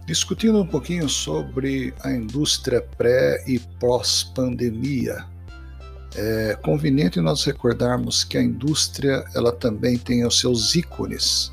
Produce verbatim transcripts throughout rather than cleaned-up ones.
Discutindo um pouquinho sobre a indústria pré e pós-pandemia, é conveniente nós recordarmos que a indústria ela também tem os seus ícones.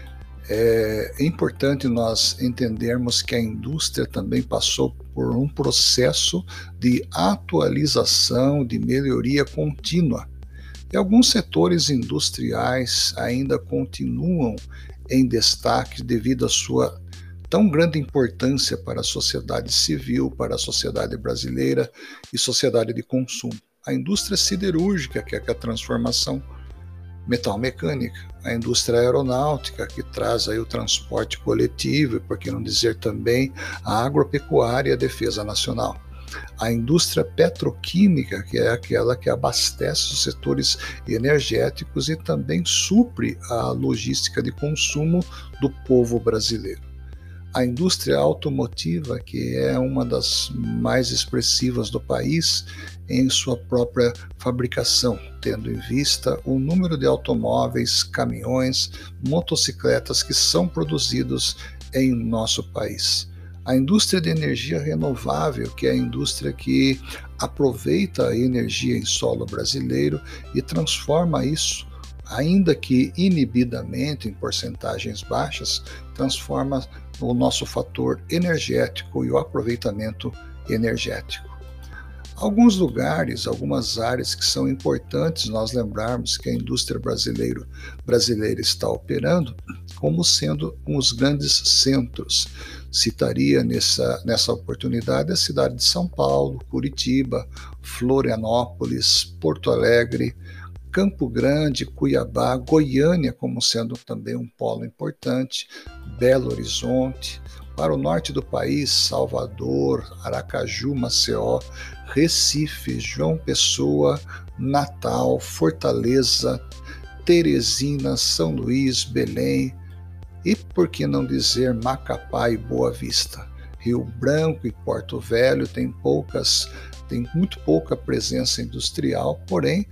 É importante nós entendermos que a indústria também passou por um processo de atualização, de melhoria contínua. E alguns setores industriais ainda continuam em destaque devido à sua tão grande importância para a sociedade civil, para a sociedade brasileira e sociedade de consumo. A indústria siderúrgica, que é a transformação metal-mecânica, a indústria aeronáutica, que traz aí o transporte coletivo, e por que não dizer também a agropecuária e a defesa nacional. A indústria petroquímica, que é aquela que abastece os setores energéticos e também supre a logística de consumo do povo brasileiro. A indústria automotiva, que é uma das mais expressivas do país em sua própria fabricação, tendo em vista o número de automóveis, caminhões, motocicletas que são produzidos em nosso país. A indústria de energia renovável, que é a indústria que aproveita a energia em solo brasileiro e transforma isso, ainda que inibidamente, em porcentagens baixas, transforma o nosso fator energético e o aproveitamento energético. Alguns lugares, algumas áreas que são importantes nós lembrarmos que a indústria brasileira, brasileira está operando como sendo os grandes centros. Citaria nessa, nessa oportunidade a cidade de São Paulo, Curitiba, Florianópolis, Porto Alegre, Campo Grande, Cuiabá, Goiânia como sendo também um polo importante, Belo Horizonte, para o norte do país, Salvador, Aracaju, Maceió, Recife, João Pessoa, Natal, Fortaleza, Teresina, São Luís, Belém e, por que não dizer, Macapá e Boa Vista. Rio Branco e Porto Velho têm poucas, têm muito pouca presença industrial, porém,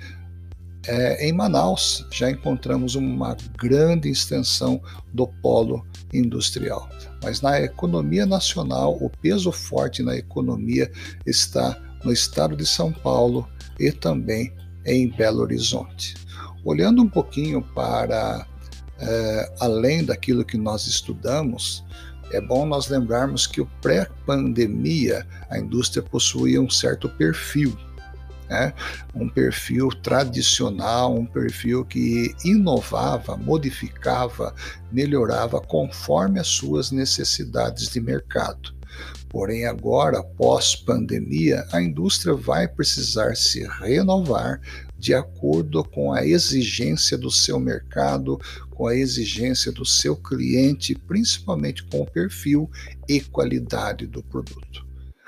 É, em Manaus já encontramos uma grande extensão do polo industrial. Mas na economia nacional, o peso forte na economia está no estado de São Paulo e também em Belo Horizonte. Olhando um pouquinho para é, além daquilo que nós estudamos, é bom nós lembrarmos que o pré-pandemia, a indústria possuía um certo perfil. É, um perfil tradicional, um perfil que inovava, modificava, melhorava conforme as suas necessidades de mercado. Porém, agora, pós-pandemia, a indústria vai precisar se renovar de acordo com a exigência do seu mercado, com a exigência do seu cliente, principalmente com o perfil e qualidade do produto.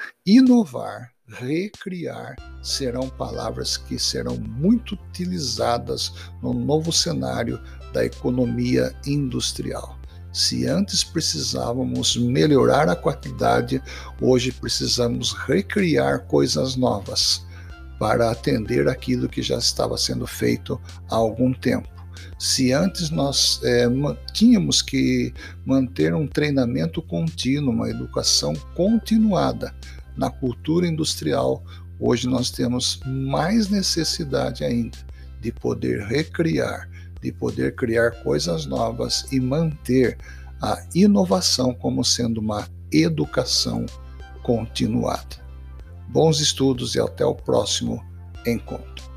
Inovar, recriar, serão palavras que serão muito utilizadas no novo cenário da economia industrial. Se antes precisávamos melhorar a qualidade, hoje precisamos recriar coisas novas para atender aquilo que já estava sendo feito há algum tempo. Se antes nós é, tínhamos que manter um treinamento contínuo, uma educação continuada na cultura industrial, hoje nós temos mais necessidade ainda de poder recriar, de poder criar coisas novas e manter a inovação como sendo uma educação continuada. Bons estudos e até o próximo encontro.